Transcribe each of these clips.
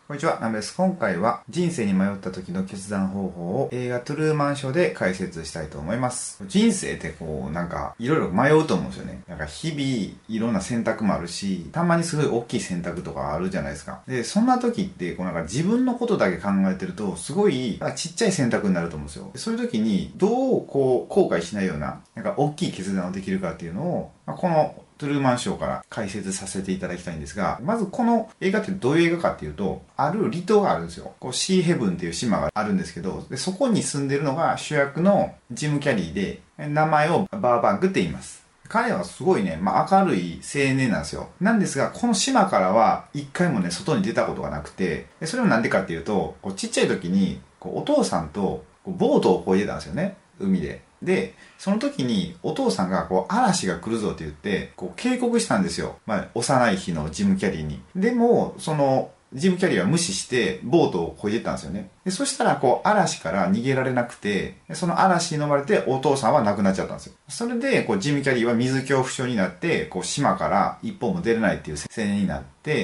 こんにちは、ナムです。今回は人生に迷った時の決断方法を映画トゥルーマンショーで解説したいと思います。人生っていろいろ迷うと思うんですよね。日々いろんな選択もあるし、たまにすごい大きい選択とかあるじゃないですか。で、そんな時って自分のことだけ考えてるとすごいちっちゃい選択になると思うんですよ。そういう時にどう後悔しないような大きい決断をできるかっていうのを、このトゥルーマンショーから解説させていただきたいんですが、まずこの映画ってどういう映画かっていうと、ある離島があるんですよ。シーヘブンっていう島があるんですけど、でそこに住んでるのが主役のジム・キャリーで、名前をバーバンクって言います。彼はすごいね、明るい青年なんですよ。なんですが、この島からは一回もね、外に出たことがなくて、それはなんでかっていうと、ちっちゃい時にお父さんとボートを漕いでたんですよね。海で。で、その時にお父さんが嵐が来るぞって言って警告したんですよ。幼い日のジム・キャリーに。でも、ジム・キャリーは無視してボートを漕いでったんですよね。でそしたら嵐から逃げられなくて、その嵐に飲まれてお父さんは亡くなっちゃったんですよ。それでジム・キャリーは水恐怖症になって島から一歩も出れないっていう青年になって、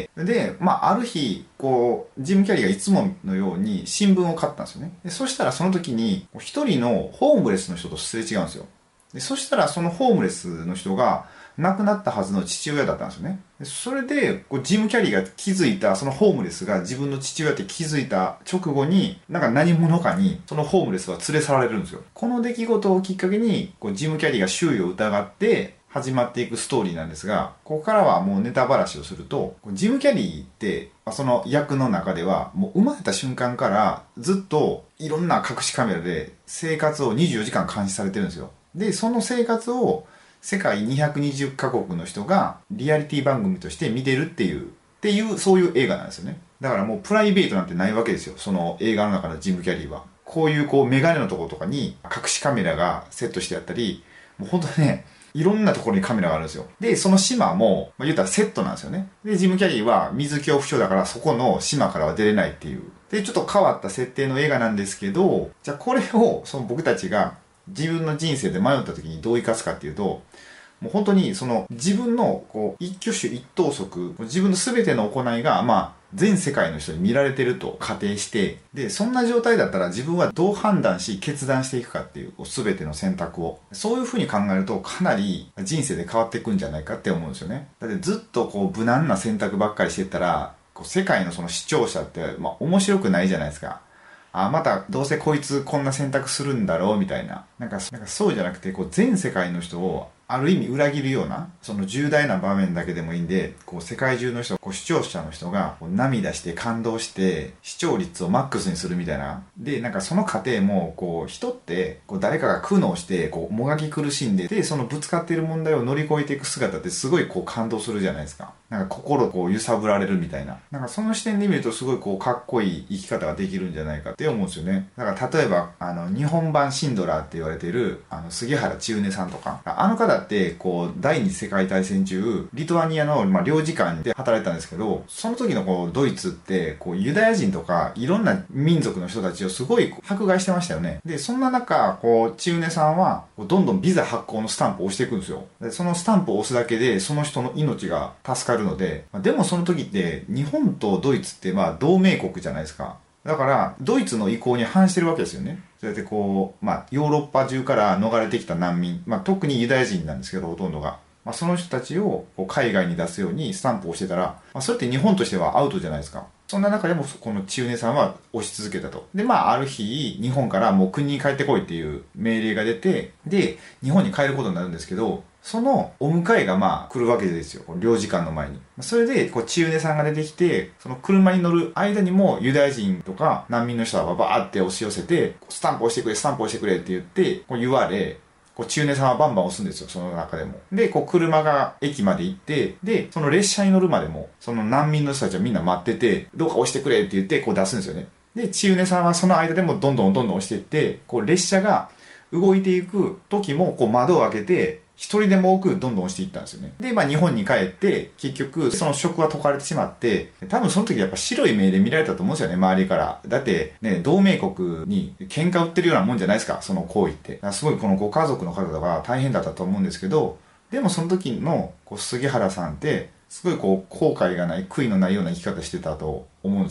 で、ある日ジム・キャリーがいつものように新聞を買ったんですよね。でそしたらその時に一人のホームレスの人とすれ違うんですよ。でそしたらそのホームレスの人が亡くなったはずの父親だったんですよね。それでジム・キャリーが気づいた、そのホームレスが自分の父親って気づいた直後に何者かにそのホームレスは連れ去られるんですよ。この出来事をきっかけにジム・キャリーが周囲を疑って始まっていくストーリーなんですが、ここからはもうネタばらしをすると、ジム・キャリーってその役の中ではもう生まれた瞬間からずっといろんな隠しカメラで生活を24時間監視されてるんですよ。でその生活を世界220カ国の人がリアリティ番組として見てるっていうそういう映画なんですよね。だからもうプライベートなんてないわけですよ、その映画の中のジム・キャリーは。こういうメガネのところとかに隠しカメラがセットしてあったり、もう本当にね、いろんなところにカメラがあるんですよ。で、その島も、言ったらセットなんですよね。で、ジム・キャリーは水恐怖症だからそこの島からは出れないっていう。で、ちょっと変わった設定の映画なんですけど、じゃあこれを僕たちが自分の人生で迷った時にどう生かすかっていうと、もう本当に自分の一挙手一投足、自分の全ての行いが全世界の人に見られてると仮定して、でそんな状態だったら自分はどう判断し決断していくかっていう全ての選択を、そういう風に考えるとかなり人生で変わっていくんじゃないかって思うんですよね。だってずっと無難な選択ばっかりしてったら世界のその視聴者って面白くないじゃないですか。またどうせこいつこんな選択するんだろうみたいな。そうじゃなくて全世界の人をある意味裏切るような、その重大な場面だけでもいいんで、世界中の人、視聴者の人が涙して感動して視聴率をマックスにするみたいな。で、その過程も人って誰かが苦悩してもがき苦しんで、そのぶつかっている問題を乗り越えていく姿ってすごい感動するじゃないですか。心揺さぶられるみたいな。その視点で見るとすごいかっこいい生き方ができるんじゃないかって思うんですよね。だから例えば日本版シンドラーって言われている杉原千畝さんとか、あの方って第二次世界大戦中リトアニアの領事館で働いてたんですけど、その時のドイツってユダヤ人とかいろんな民族の人たちをすごい迫害してましたよね。でそんな中千畝さんはどんどんビザ発行のスタンプを押していくんですよ。でそのスタンプを押すだけでその人の命が助かるので、でもその時って日本とドイツって同盟国じゃないですか。だからドイツの意向に反してるわけですよね。それでヨーロッパ中から逃れてきた難民、特にユダヤ人なんですけど、ほとんどが、その人たちを海外に出すようにスタンプを押してたら、それって日本としてはアウトじゃないですか。そんな中でもこの千畝さんは押し続けたと。である日日本からもう国に帰ってこいっていう命令が出て、で日本に帰ることになるんですけど、そのお迎えが来るわけですよ、領事館の前に。それで千畝さんが出てきて、その車に乗る間にもユダヤ人とか難民の人はバーって押し寄せて、スタンプ押してくれスタンプ押してくれって言って言われ、千畝さんはバンバン押すんですよ、その中でも。で車が駅まで行って、でその列車に乗るまでもその難民の人たちはみんな待ってて、どうか押してくれって言って出すんですよね。で千畝さんはその間でもどんどん押していって、列車が動いていく時も窓を開けて一人でも多くどんどん押していったんですよね。で日本に帰って結局その職は解かれてしまって、多分その時やっぱ白い目で見られたと思うんですよね、周りから。だってね、同盟国に喧嘩売ってるようなもんじゃないですか、その行為って。すごいご家族の方とか大変だったと思うんですけど、でもその時の杉原さんってすごい後悔がない、悔いのないような生き方してたと思うんですよ。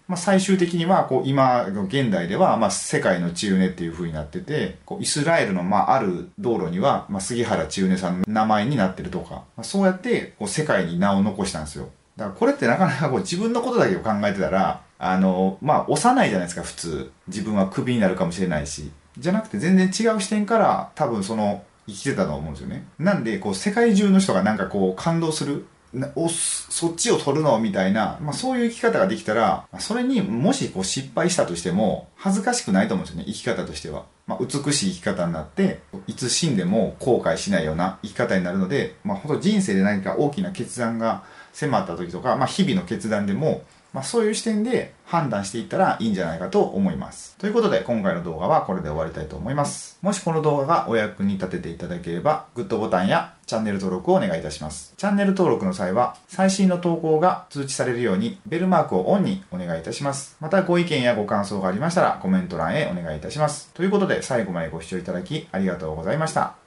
最終的には、今の現代では、世界の千畝っていう風になってて、イスラエルの、ある道路には、杉原千畝さんの名前になってるとか、そうやって、世界に名を残したんですよ。だからこれってなかなか自分のことだけを考えてたら、押さないじゃないですか、普通。自分はクビになるかもしれないし。じゃなくて全然違う視点から、多分生きてたと思うんですよね。なんで、世界中の人が感動する。そっちを取るのみたいな、そういう生き方ができたら、それにもし失敗したとしても、恥ずかしくないと思うんですよね、生き方としては。美しい生き方になって、いつ死んでも後悔しないような生き方になるので、本当人生で何か大きな決断が迫った時とか、日々の決断でも、そういう視点で判断していったらいいんじゃないかと思います。ということで、今回の動画はこれで終わりたいと思います。もしこの動画がお役に立てていただければ、グッドボタンやチャンネル登録をお願いいたします。チャンネル登録の際は、最新の投稿が通知されるように、ベルマークをオンにお願いいたします。また、ご意見やご感想がありましたら、コメント欄へお願いいたします。ということで、最後までご視聴いただきありがとうございました。